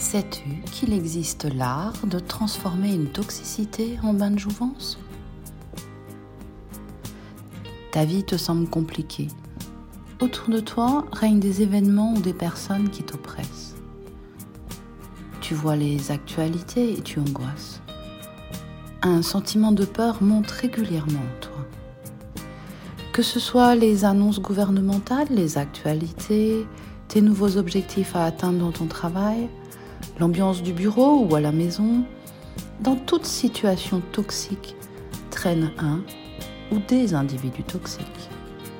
Sais-tu qu'il existe l'art de transformer une toxicité en bain de jouvence ? Ta vie te semble compliquée. Autour de toi règnent des événements ou des personnes qui t'oppressent. Tu vois les actualités et tu angoisses. Un sentiment de peur monte régulièrement en toi. Que ce soit les annonces gouvernementales, les actualités, tes nouveaux objectifs à atteindre dans ton travail, l'ambiance du bureau ou à la maison, dans toute situation toxique traîne un ou des individus toxiques.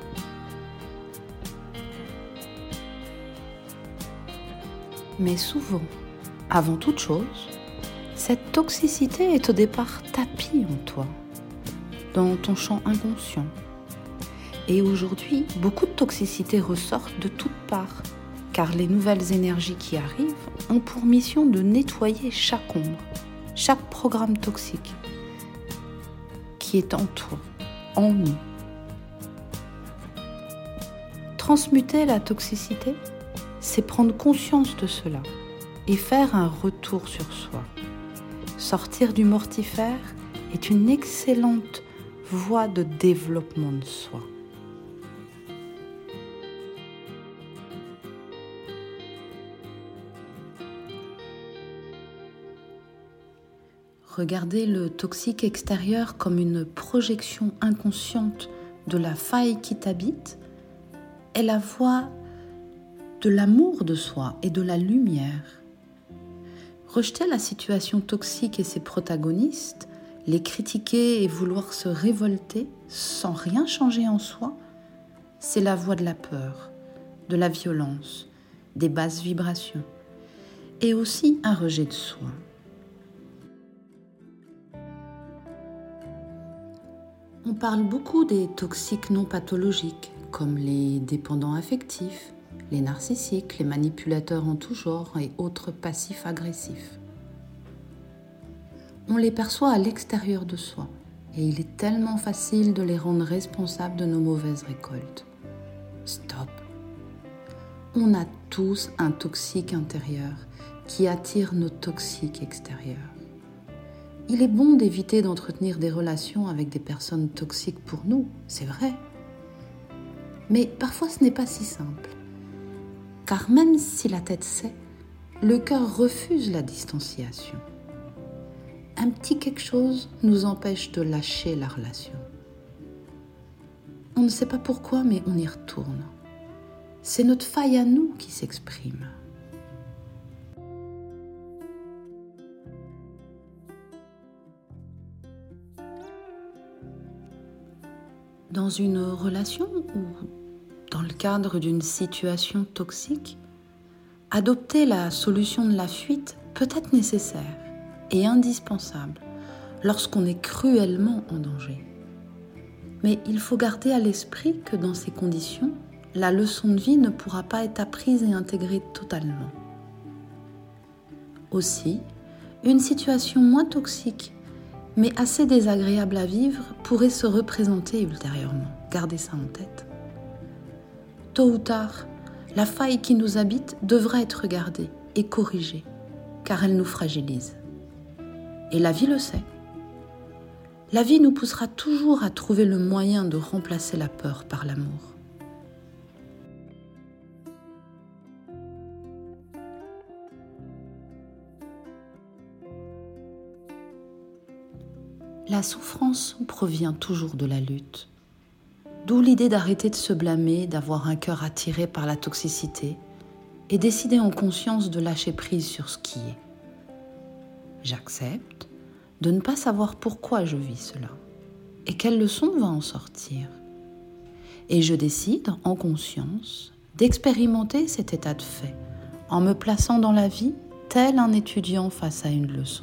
Mais souvent, avant toute chose, cette toxicité est au départ tapie en toi, dans ton champ inconscient. Et aujourd'hui, beaucoup de toxicité ressortent de toutes parts, car les nouvelles énergies qui arrivent ont pour mission de nettoyer chaque ombre, chaque programme toxique qui est en toi, en nous. Transmuter la toxicité, c'est prendre conscience de cela et faire un retour sur soi. Sortir du mortifère est une excellente voie de développement de soi. Regardez le toxique extérieur comme une projection inconsciente de la faille qui t'habite est la voie de l'amour de soi et de la lumière. Rejeter la situation toxique et ses protagonistes, les critiquer et vouloir se révolter sans rien changer en soi, c'est la voie de la peur, de la violence, des basses vibrations et aussi un rejet de soi. On parle beaucoup des toxiques non pathologiques, comme les dépendants affectifs, les narcissiques, les manipulateurs en tout genre et autres passifs agressifs. On les perçoit à l'extérieur de soi et il est tellement facile de les rendre responsables de nos mauvaises récoltes. Stop! On a tous un toxique intérieur qui attire nos toxiques extérieurs. Il est bon d'éviter d'entretenir des relations avec des personnes toxiques pour nous, c'est vrai. Mais parfois ce n'est pas si simple. Car même si la tête sait, le cœur refuse la distanciation. Un petit quelque chose nous empêche de lâcher la relation. On ne sait pas pourquoi, mais on y retourne. C'est notre faille à nous qui s'exprime. Dans une relation ou dans le cadre d'une situation toxique, adopter la solution de la fuite peut être nécessaire et indispensable lorsqu'on est cruellement en danger. Mais il faut garder à l'esprit que dans ces conditions, la leçon de vie ne pourra pas être apprise et intégrée totalement. Aussi, une situation moins toxique mais assez désagréable à vivre pourrait se représenter ultérieurement. Gardez ça en tête. Tôt ou tard, la faille qui nous habite devra être regardée et corrigée, car elle nous fragilise. Et la vie le sait. La vie nous poussera toujours à trouver le moyen de remplacer la peur par l'amour. La souffrance provient toujours de la lutte. D'où l'idée d'arrêter de se blâmer, d'avoir un cœur attiré par la toxicité et décider en conscience de lâcher prise sur ce qui est. J'accepte de ne pas savoir pourquoi je vis cela et quelle leçon va en sortir. Et je décide en conscience d'expérimenter cet état de fait en me plaçant dans la vie tel un étudiant face à une leçon.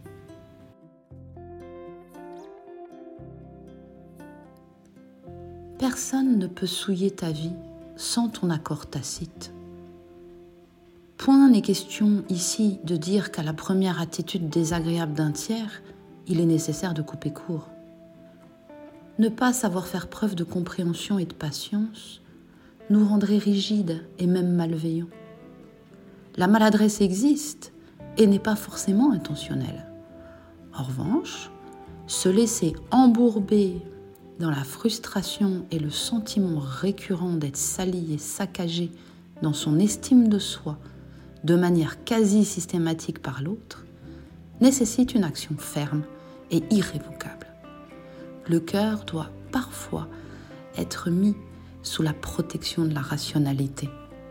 Personne ne peut souiller ta vie sans ton accord tacite. Point n'est question ici de dire qu'à la première attitude désagréable d'un tiers, il est nécessaire de couper court. Ne pas savoir faire preuve de compréhension et de patience nous rendrait rigides et même malveillants. La maladresse existe, et n'est pas forcément intentionnel. En revanche, se laisser embourber dans la frustration et le sentiment récurrent d'être sali et saccagé dans son estime de soi de manière quasi systématique par l'autre, nécessite une action ferme et irrévocable. Le cœur doit parfois être mis sous la protection de la rationalité.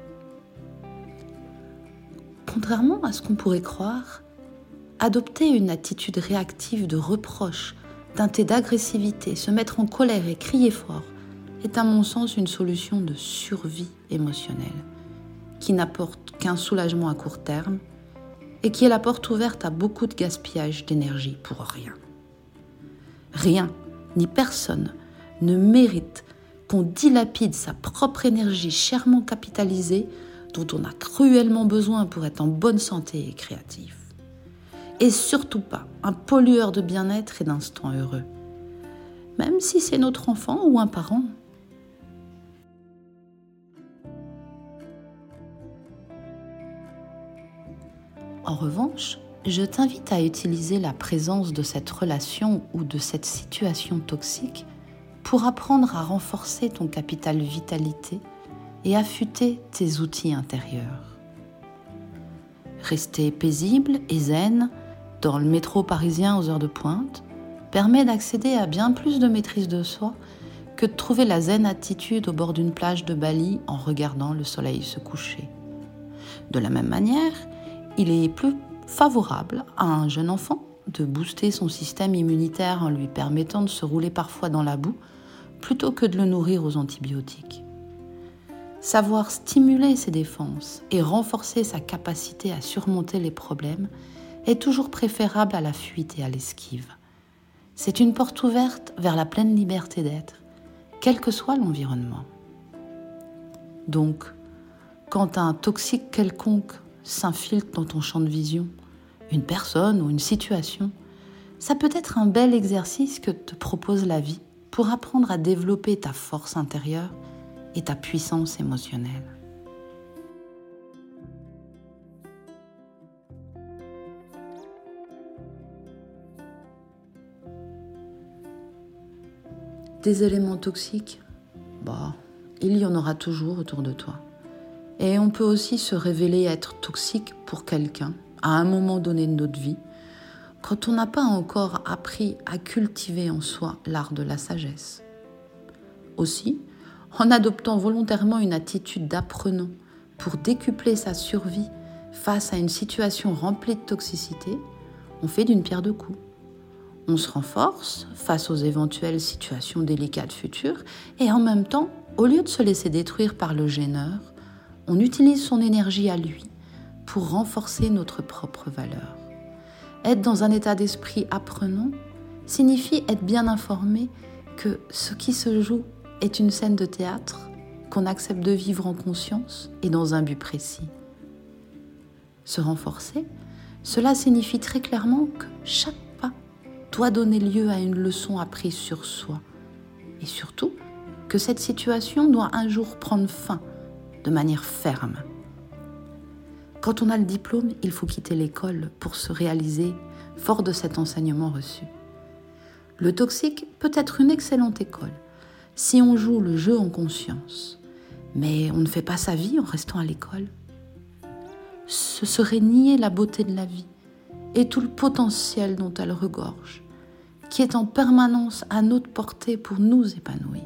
Contrairement à ce qu'on pourrait croire, adopter une attitude réactive de reproche, teintée d'agressivité, se mettre en colère et crier fort est à mon sens une solution de survie émotionnelle qui n'apporte qu'un soulagement à court terme et qui est la porte ouverte à beaucoup de gaspillage d'énergie pour rien. Rien, ni personne, ne mérite qu'on dilapide sa propre énergie chèrement capitalisée dont on a cruellement besoin pour être en bonne santé et créatif. Et surtout pas un pollueur de bien-être et d'instants heureux, même si c'est notre enfant ou un parent. En revanche, je t'invite à utiliser la présence de cette relation ou de cette situation toxique pour apprendre à renforcer ton capital vitalité et affûter tes outils intérieurs. Rester paisible et zen dans le métro parisien aux heures de pointe permet d'accéder à bien plus de maîtrise de soi que de trouver la zen attitude au bord d'une plage de Bali en regardant le soleil se coucher. De la même manière, il est plus favorable à un jeune enfant de booster son système immunitaire en lui permettant de se rouler parfois dans la boue plutôt que de le nourrir aux antibiotiques. Savoir stimuler ses défenses et renforcer sa capacité à surmonter les problèmes est toujours préférable à la fuite et à l'esquive. C'est une porte ouverte vers la pleine liberté d'être, quel que soit l'environnement. Donc, quand un toxique quelconque s'infiltre dans ton champ de vision, une personne ou une situation, ça peut être un bel exercice que te propose la vie pour apprendre à développer ta force intérieure et ta puissance émotionnelle. Des éléments toxiques, il y en aura toujours autour de toi. Et on peut aussi se révéler être toxique pour quelqu'un à un moment donné de notre vie, quand on n'a pas encore appris à cultiver en soi l'art de la sagesse. Aussi, en adoptant volontairement une attitude d'apprenant pour décupler sa survie face à une situation remplie de toxicité, on fait d'une pierre deux coups. On se renforce face aux éventuelles situations délicates futures et en même temps, au lieu de se laisser détruire par le gêneur, on utilise son énergie à lui pour renforcer notre propre valeur. Être dans un état d'esprit apprenant signifie être bien informé que ce qui se joue est une scène de théâtre qu'on accepte de vivre en conscience et dans un but précis. Se renforcer, cela signifie très clairement que chaque pas doit donner lieu à une leçon apprise sur soi et surtout que cette situation doit un jour prendre fin de manière ferme. Quand on a le diplôme, il faut quitter l'école pour se réaliser fort de cet enseignement reçu. Le toxique peut être une excellente école si on joue le jeu en conscience, mais on ne fait pas sa vie en restant à l'école. Ce serait nier la beauté de la vie et tout le potentiel dont elle regorge, qui est en permanence à notre portée pour nous épanouir.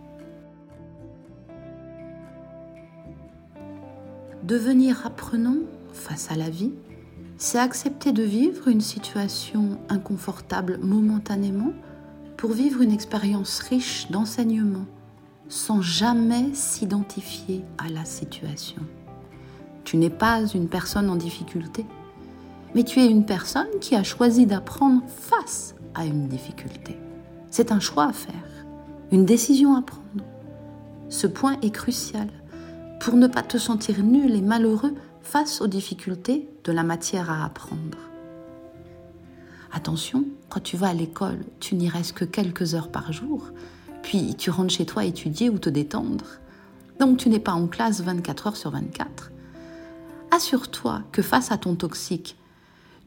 Devenir apprenant face à la vie, c'est accepter de vivre une situation inconfortable momentanément pour vivre une expérience riche d'enseignement sans jamais s'identifier à la situation. Tu n'es pas une personne en difficulté, mais tu es une personne qui a choisi d'apprendre face à une difficulté. C'est un choix à faire, une décision à prendre. Ce point est crucial pour ne pas te sentir nul et malheureux face aux difficultés de la matière à apprendre. Attention, quand tu vas à l'école, tu n'y restes que quelques heures par jour, puis tu rentres chez toi étudier ou te détendre. Donc tu n'es pas en classe 24 heures sur 24. Assure-toi que face à ton toxique, tu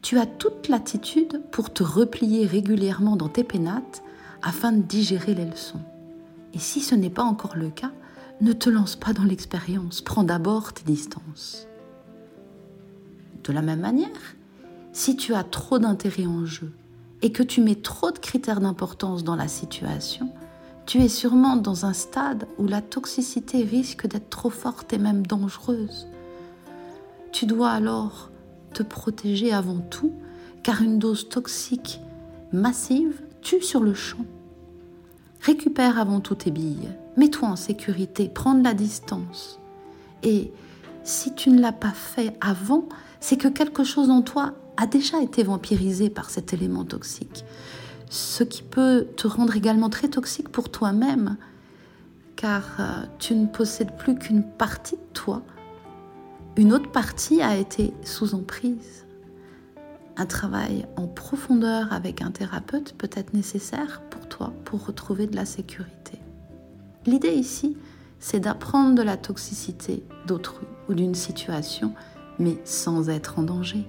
tu as toute l'attitude pour te replier régulièrement dans tes pénates afin de digérer les leçons. Et si ce n'est pas encore le cas, ne te lance pas dans l'expérience, prends d'abord tes distances. De la même manière, si tu as trop d'intérêt en jeu et que tu mets trop de critères d'importance dans la situation, tu es sûrement dans un stade où la toxicité risque d'être trop forte et même dangereuse. Tu dois alors te protéger avant tout, car une dose toxique massive tue sur le champ. Récupère avant tout tes billes, mets-toi en sécurité, prends de la distance. Et si tu ne l'as pas fait avant, c'est que quelque chose en toi a déjà été vampirisé par cet élément toxique. Ce qui peut te rendre également très toxique pour toi-même, car tu ne possèdes plus qu'une partie de toi. Une autre partie a été sous emprise. Un travail en profondeur avec un thérapeute peut être nécessaire pour toi pour retrouver de la sécurité. L'idée ici, c'est d'apprendre de la toxicité d'autrui ou d'une situation, mais sans être en danger.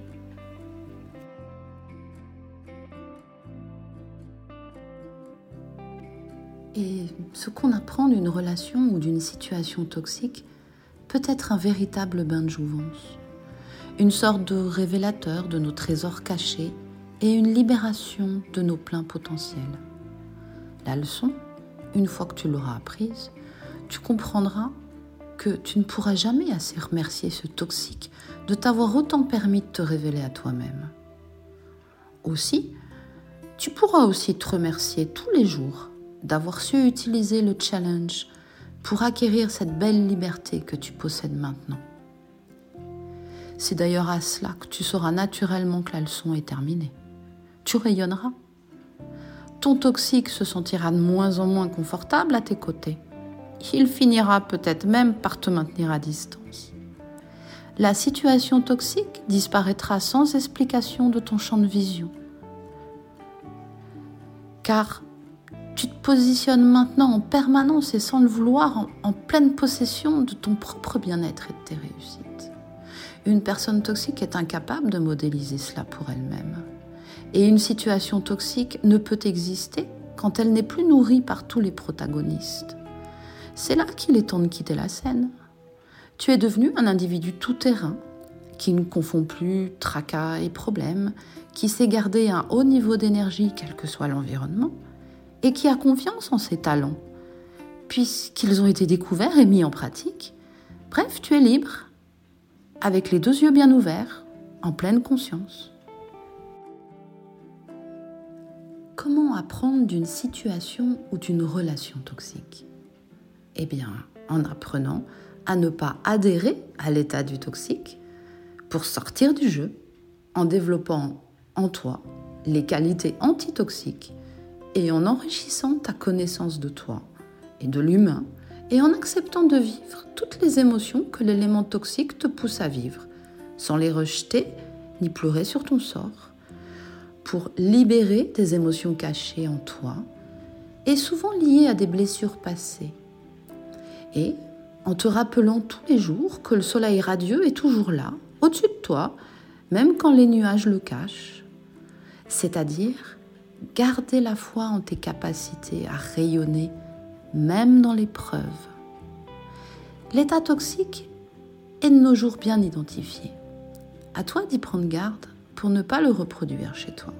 Et ce qu'on apprend d'une relation ou d'une situation toxique peut être un véritable bain de jouvence, une sorte de révélateur de nos trésors cachés et une libération de nos pleins potentiels. La leçon, une fois que tu l'auras apprise, tu comprendras que tu ne pourras jamais assez remercier ce toxique de t'avoir autant permis de te révéler à toi-même. Aussi, tu pourras aussi te remercier tous les jours d'avoir su utiliser le challenge pour acquérir cette belle liberté que tu possèdes maintenant. C'est d'ailleurs à cela que tu sauras naturellement que la leçon est terminée. Tu rayonneras. Ton toxique se sentira de moins en moins confortable à tes côtés. Il finira peut-être même par te maintenir à distance. La situation toxique disparaîtra sans explication de ton champ de vision. Car tu te positionnes maintenant en permanence et sans le vouloir en pleine possession de ton propre bien-être et de tes réussites. Une personne toxique est incapable de modéliser cela pour elle-même. Et une situation toxique ne peut exister quand elle n'est plus nourrie par tous les protagonistes. C'est là qu'il est temps de quitter la scène. Tu es devenu un individu tout-terrain qui ne confond plus tracas et problèmes, qui sait garder un haut niveau d'énergie quel que soit l'environnement, et qui a confiance en ses talents, puisqu'ils ont été découverts et mis en pratique. Bref, tu es libre, avec les 2 yeux bien ouverts, en pleine conscience. Comment apprendre d'une situation ou d'une relation toxique ? Eh bien, en apprenant à ne pas adhérer à l'état du toxique pour sortir du jeu, en développant en toi les qualités antitoxiques et en enrichissant ta connaissance de toi et de l'humain et en acceptant de vivre toutes les émotions que l'élément toxique te pousse à vivre, sans les rejeter ni pleurer sur ton sort, pour libérer des émotions cachées en toi et souvent liées à des blessures passées. Et en te rappelant tous les jours que le soleil radieux est toujours là, au-dessus de toi, même quand les nuages le cachent. C'est-à-dire, garder la foi en tes capacités à rayonner, même dans l'épreuve. L'état toxique est de nos jours bien identifié. À toi d'y prendre garde pour ne pas le reproduire chez toi.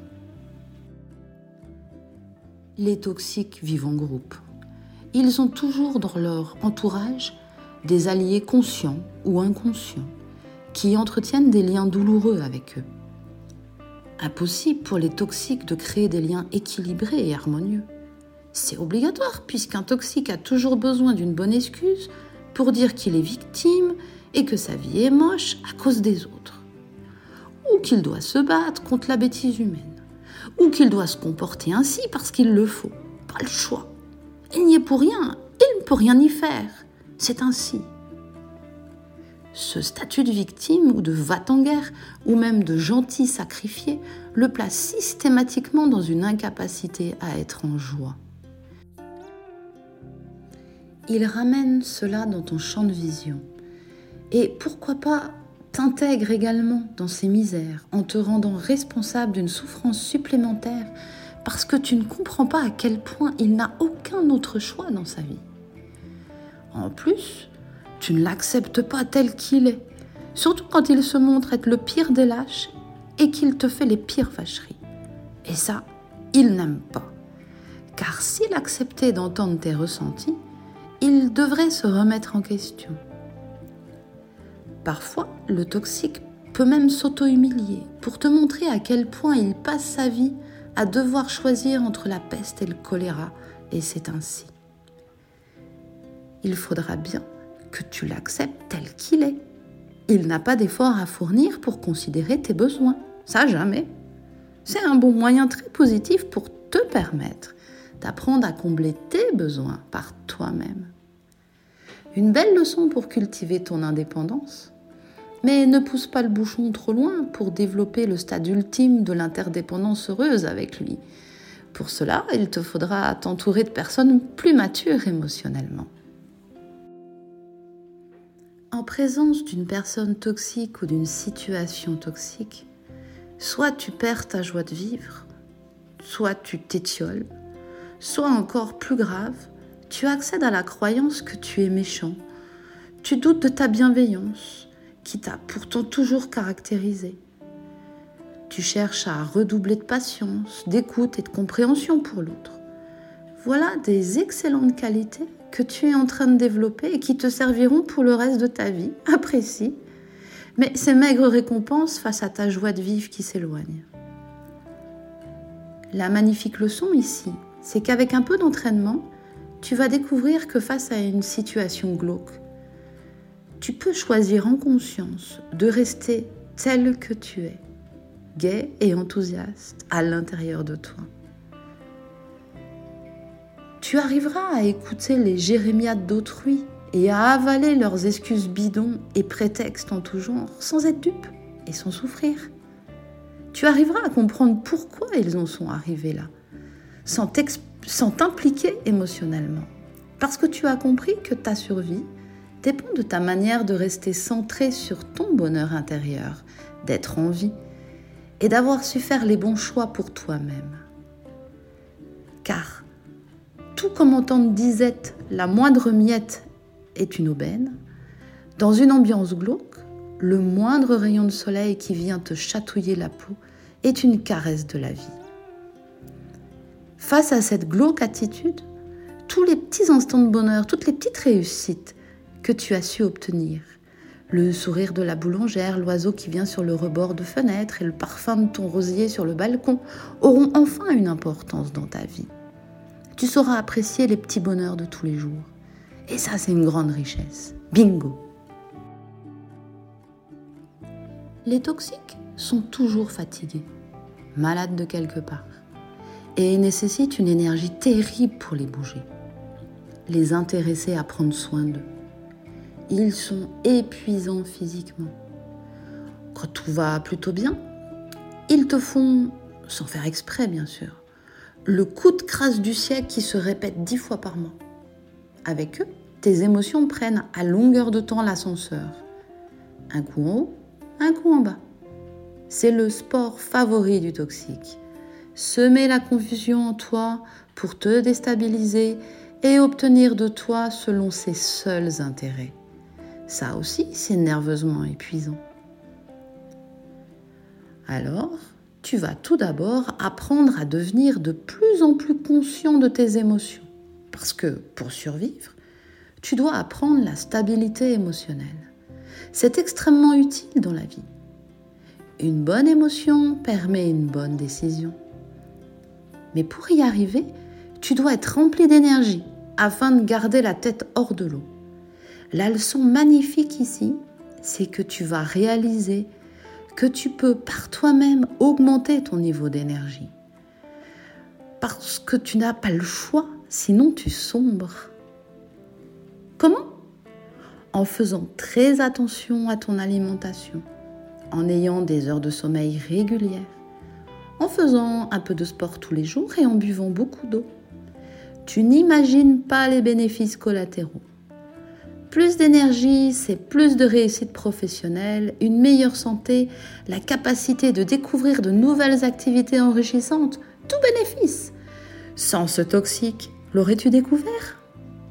Les toxiques vivent en groupe. Ils ont toujours dans leur entourage des alliés conscients ou inconscients qui entretiennent des liens douloureux avec eux. Impossible pour les toxiques de créer des liens équilibrés et harmonieux. C'est obligatoire puisqu'un toxique a toujours besoin d'une bonne excuse pour dire qu'il est victime et que sa vie est moche à cause des autres. Ou qu'il doit se battre contre la bêtise humaine. Ou qu'il doit se comporter ainsi parce qu'il le faut. Pas le choix. Il n'y est pour rien. Il ne peut rien y faire. C'est ainsi. Ce statut de victime ou de va-t-en-guerre ou même de gentil sacrifié le place systématiquement dans une incapacité à être en joie. Il ramène cela dans ton champ de vision. Et pourquoi pas t'intègre également dans ses misères en te rendant responsable d'une souffrance supplémentaire parce que tu ne comprends pas à quel point il n'a aucun autre choix dans sa vie. En plus, tu ne l'acceptes pas tel qu'il est, surtout quand il se montre être le pire des lâches et qu'il te fait les pires vacheries. Et ça, il n'aime pas. Car s'il acceptait d'entendre tes ressentis, il devrait se remettre en question. Parfois, le toxique peut même s'auto-humilier pour te montrer à quel point il passe sa vie à devoir choisir entre la peste et le choléra, et c'est ainsi. Il faudra bien que tu l'acceptes tel qu'il est. Il n'a pas d'effort à fournir pour considérer tes besoins, ça jamais. C'est un bon moyen très positif pour te permettre d'apprendre à combler tes besoins par toi-même. Une belle leçon pour cultiver ton indépendance. Mais ne pousse pas le bouchon trop loin pour développer le stade ultime de l'interdépendance heureuse avec lui. Pour cela, il te faudra t'entourer de personnes plus matures émotionnellement. En présence d'une personne toxique ou d'une situation toxique, soit tu perds ta joie de vivre, soit tu t'étioles, soit encore plus grave, tu accèdes à la croyance que tu es méchant, tu doutes de ta bienveillance, qui t'a pourtant toujours caractérisé. Tu cherches à redoubler de patience, d'écoute et de compréhension pour l'autre. Voilà des excellentes qualités que tu es en train de développer et qui te serviront pour le reste de ta vie, apprécie. Mais ces maigres récompenses face à ta joie de vivre qui s'éloigne. La magnifique leçon ici, c'est qu'avec un peu d'entraînement, tu vas découvrir que face à une situation glauque, tu peux choisir en conscience de rester tel que tu es, gai et enthousiaste à l'intérieur de toi. Tu arriveras à écouter les jérémiades d'autrui et à avaler leurs excuses bidons et prétextes en tout genre sans être dupe et sans souffrir. Tu arriveras à comprendre pourquoi ils en sont arrivés là, sans t'impliquer émotionnellement, parce que tu as compris que ta survie dépend de ta manière de rester centré sur ton bonheur intérieur, d'être en vie et d'avoir su faire les bons choix pour toi-même. Car, tout comme en temps de disette, la moindre miette est une aubaine, dans une ambiance glauque, le moindre rayon de soleil qui vient te chatouiller la peau est une caresse de la vie. Face à cette glauque attitude, tous les petits instants de bonheur, toutes les petites réussites que tu as su obtenir, le sourire de la boulangère, l'oiseau qui vient sur le rebord de fenêtre et le parfum de ton rosier sur le balcon auront enfin une importance dans ta vie. Tu sauras apprécier les petits bonheurs de tous les jours. Et ça, c'est une grande richesse. Bingo! Les toxiques sont toujours fatigués, malades de quelque part, et nécessitent une énergie terrible pour les bouger, les intéresser à prendre soin d'eux. Ils sont épuisants physiquement. Quand tout va plutôt bien, ils te font, sans faire exprès bien sûr, le coup de crasse du siècle qui se répète 10 fois par mois. Avec eux, tes émotions prennent à longueur de temps l'ascenseur. Un coup en haut, un coup en bas. C'est le sport favori du toxique. Semer la confusion en toi pour te déstabiliser et obtenir de toi selon ses seuls intérêts. Ça aussi, c'est nerveusement épuisant. Alors, tu vas tout d'abord apprendre à devenir de plus en plus conscient de tes émotions. Parce que, pour survivre, tu dois apprendre la stabilité émotionnelle. C'est extrêmement utile dans la vie. Une bonne émotion permet une bonne décision. Mais pour y arriver, tu dois être rempli d'énergie afin de garder la tête hors de l'eau. La leçon magnifique ici, c'est que tu vas réaliser que tu peux par toi-même augmenter ton niveau d'énergie. Parce que tu n'as pas le choix, sinon tu sombres. Comment ? En faisant très attention à ton alimentation, en ayant des heures de sommeil régulières, en faisant un peu de sport tous les jours et en buvant beaucoup d'eau. Tu n'imagines pas les bénéfices collatéraux. plus d'énergie, c'est plus de réussite professionnelle, une meilleure santé, la capacité de découvrir de nouvelles activités enrichissantes, tout bénéfice. Sans ce toxique, l'aurais-tu découvert ?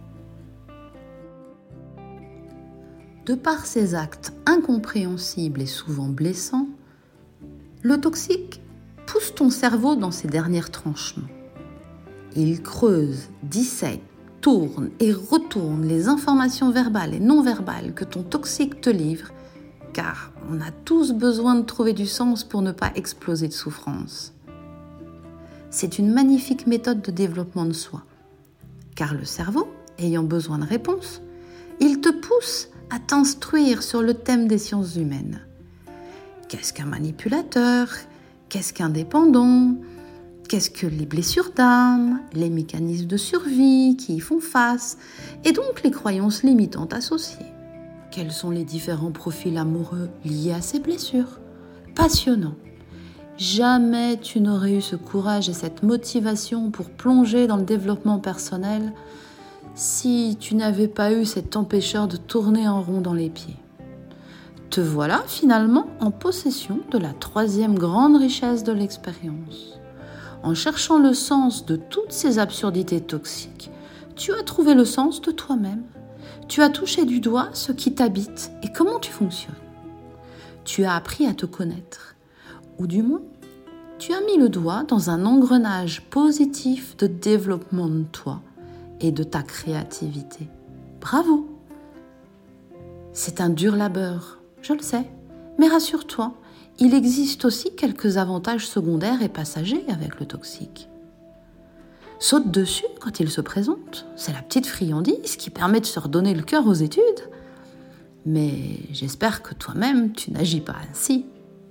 De par ses actes incompréhensibles et souvent blessants, le toxique pousse ton cerveau dans ses derniers tranchements. Il creuse, dissèque, tourne et retourne les informations verbales et non verbales que ton toxique te livre, car on a tous besoin de trouver du sens pour ne pas exploser de souffrance. C'est une magnifique méthode de développement de soi, car le cerveau, ayant besoin de réponses, il te pousse à t'instruire sur le thème des sciences humaines. Qu'est-ce qu'un manipulateur ? Qu'est-ce qu'un dépendant ? Qu'est-ce que les blessures d'âme, les mécanismes de survie qui y font face, et donc les croyances limitantes associées? Quels sont les différents profils amoureux liés à ces blessures? Passionnant. Jamais tu n'aurais eu ce courage et cette motivation pour plonger dans le développement personnel si tu n'avais pas eu cet empêcheur de tourner en rond dans les pieds. Te voilà finalement en possession de la troisième grande richesse de l'expérience. En cherchant le sens de toutes ces absurdités toxiques, tu as trouvé le sens de toi-même. Tu as touché du doigt ce qui t'habite et comment tu fonctionnes. Tu as appris à te connaître, ou du moins, tu as mis le doigt dans un engrenage positif de développement de toi et de ta créativité. Bravo! C'est un dur labeur, je le sais, mais rassure-toi, il existe aussi quelques avantages secondaires et passagers avec le toxique. Saute dessus quand il se présente, c'est la petite friandise qui permet de se redonner le cœur aux études. Mais j'espère que toi-même, tu n'agis pas ainsi.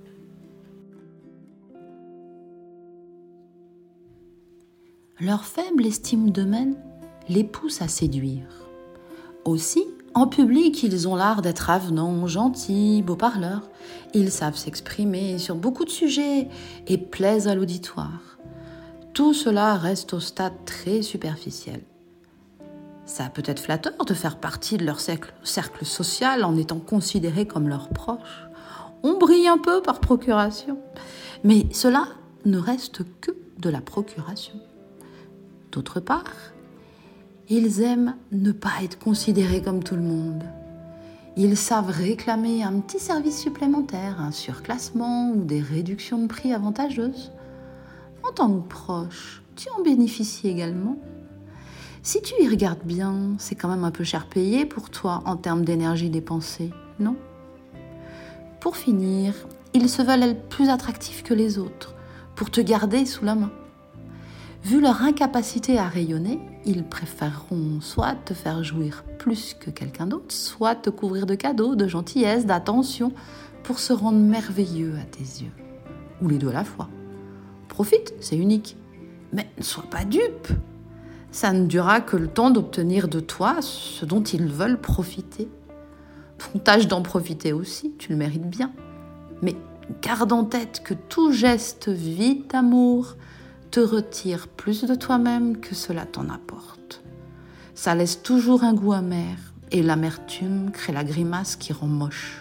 Leur faible estime d'eux-mêmes les pousse à séduire. Aussi, en public, ils ont l'art d'être avenants, gentils, beaux parleurs. Ils savent s'exprimer sur beaucoup de sujets et plaisent à l'auditoire. Tout cela reste au stade très superficiel. Ça peut être flatteur de faire partie de leur cercle social en étant considéré comme leurs proches. On brille un peu par procuration. Mais cela ne reste que de la procuration. D'autre part, ils aiment ne pas être considérés comme tout le monde. Ils savent réclamer un petit service supplémentaire, un surclassement ou des réductions de prix avantageuses. En tant que proche, tu en bénéficies également. Si tu y regardes bien, c'est quand même un peu cher payé pour toi en termes d'énergie dépensée, non ? Pour finir, ils se veulent être plus attractifs que les autres, pour te garder sous la main. Vu leur incapacité à rayonner, ils préféreront soit te faire jouir plus que quelqu'un d'autre, soit te couvrir de cadeaux, de gentillesse, d'attention, pour se rendre merveilleux à tes yeux. Ou les deux à la fois. Profite, c'est unique. Mais ne sois pas dupe. Ça ne durera que le temps d'obtenir de toi ce dont ils veulent profiter. Tâche d'en profiter aussi, tu le mérites bien. Mais garde en tête que tout geste vide d'amour te retire plus de toi-même que cela t'en apporte. Ça laisse toujours un goût amer et l'amertume crée la grimace qui rend moche.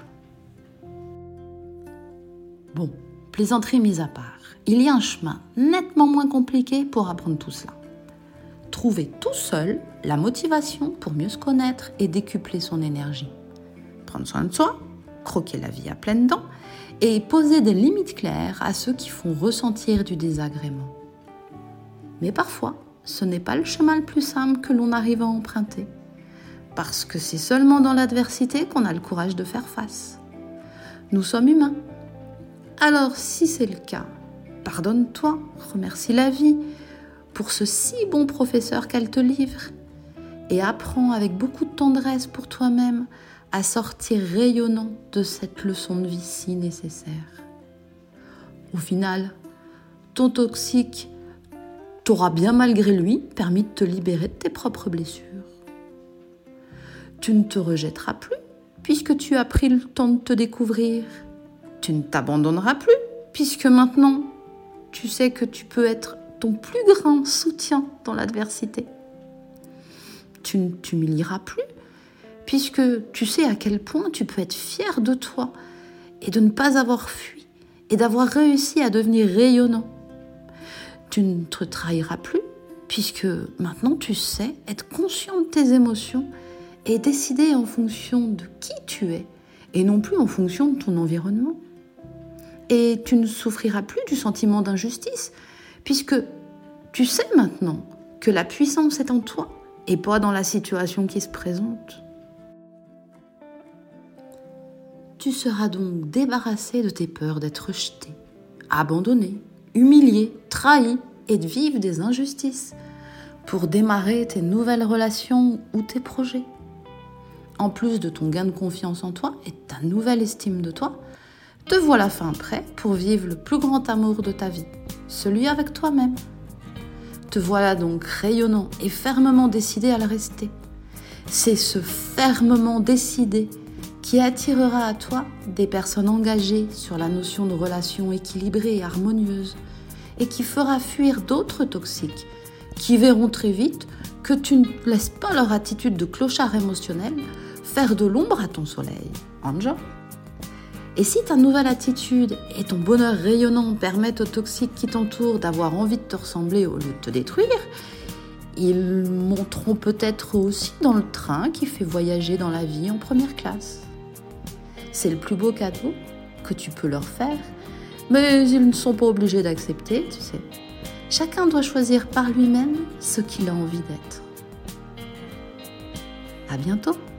Bon, plaisanterie mise à part, il y a un chemin nettement moins compliqué pour apprendre tout cela. Trouver tout seul la motivation pour mieux se connaître et décupler son énergie. Prendre soin de soi, croquer la vie à pleines dents et poser des limites claires à ceux qui font ressentir du désagrément. Mais parfois, ce n'est pas le chemin le plus simple que l'on arrive à emprunter, parce que c'est seulement dans l'adversité qu'on a le courage de faire face. Nous sommes humains. Alors, si c'est le cas, pardonne-toi, remercie la vie pour ce si bon professeur qu'elle te livre et apprends avec beaucoup de tendresse pour toi-même à sortir rayonnant de cette leçon de vie si nécessaire. Au final, ton toxique t'aura bien malgré lui permis de te libérer de tes propres blessures. Tu ne te rejetteras plus puisque tu as pris le temps de te découvrir. Tu ne t'abandonneras plus puisque maintenant tu sais que tu peux être ton plus grand soutien dans l'adversité. Tu ne t'humilieras plus puisque tu sais à quel point tu peux être fier de toi et de ne pas avoir fui et d'avoir réussi à devenir rayonnant. Tu ne te trahiras plus, puisque maintenant tu sais être conscient de tes émotions et décider en fonction de qui tu es et non plus en fonction de ton environnement. Et tu ne souffriras plus du sentiment d'injustice, puisque tu sais maintenant que la puissance est en toi et pas dans la situation qui se présente. Tu seras donc débarrassé de tes peurs d'être rejeté, abandonné, humilié, trahi et de vivre des injustices pour démarrer tes nouvelles relations ou tes projets. En plus de ton gain de confiance en toi et de ta nouvelle estime de toi, te voilà fin prêt pour vivre le plus grand amour de ta vie, celui avec toi-même. Te voilà donc rayonnant et fermement décidé à le rester. C'est ce fermement décidé qui attirera à toi des personnes engagées sur la notion de relations équilibrées et harmonieuses et qui fera fuir d'autres toxiques qui verront très vite que tu ne laisses pas leur attitude de clochard émotionnel faire de l'ombre à ton soleil. Enjoy. Et si ta nouvelle attitude et ton bonheur rayonnant permettent aux toxiques qui t'entourent d'avoir envie de te ressembler au lieu de te détruire, ils monteront peut-être aussi dans le train qui fait voyager dans la vie en première classe. C'est le plus beau cadeau que tu peux leur faire, mais ils ne sont pas obligés d'accepter, tu sais. Chacun doit choisir par lui-même ce qu'il a envie d'être. À bientôt!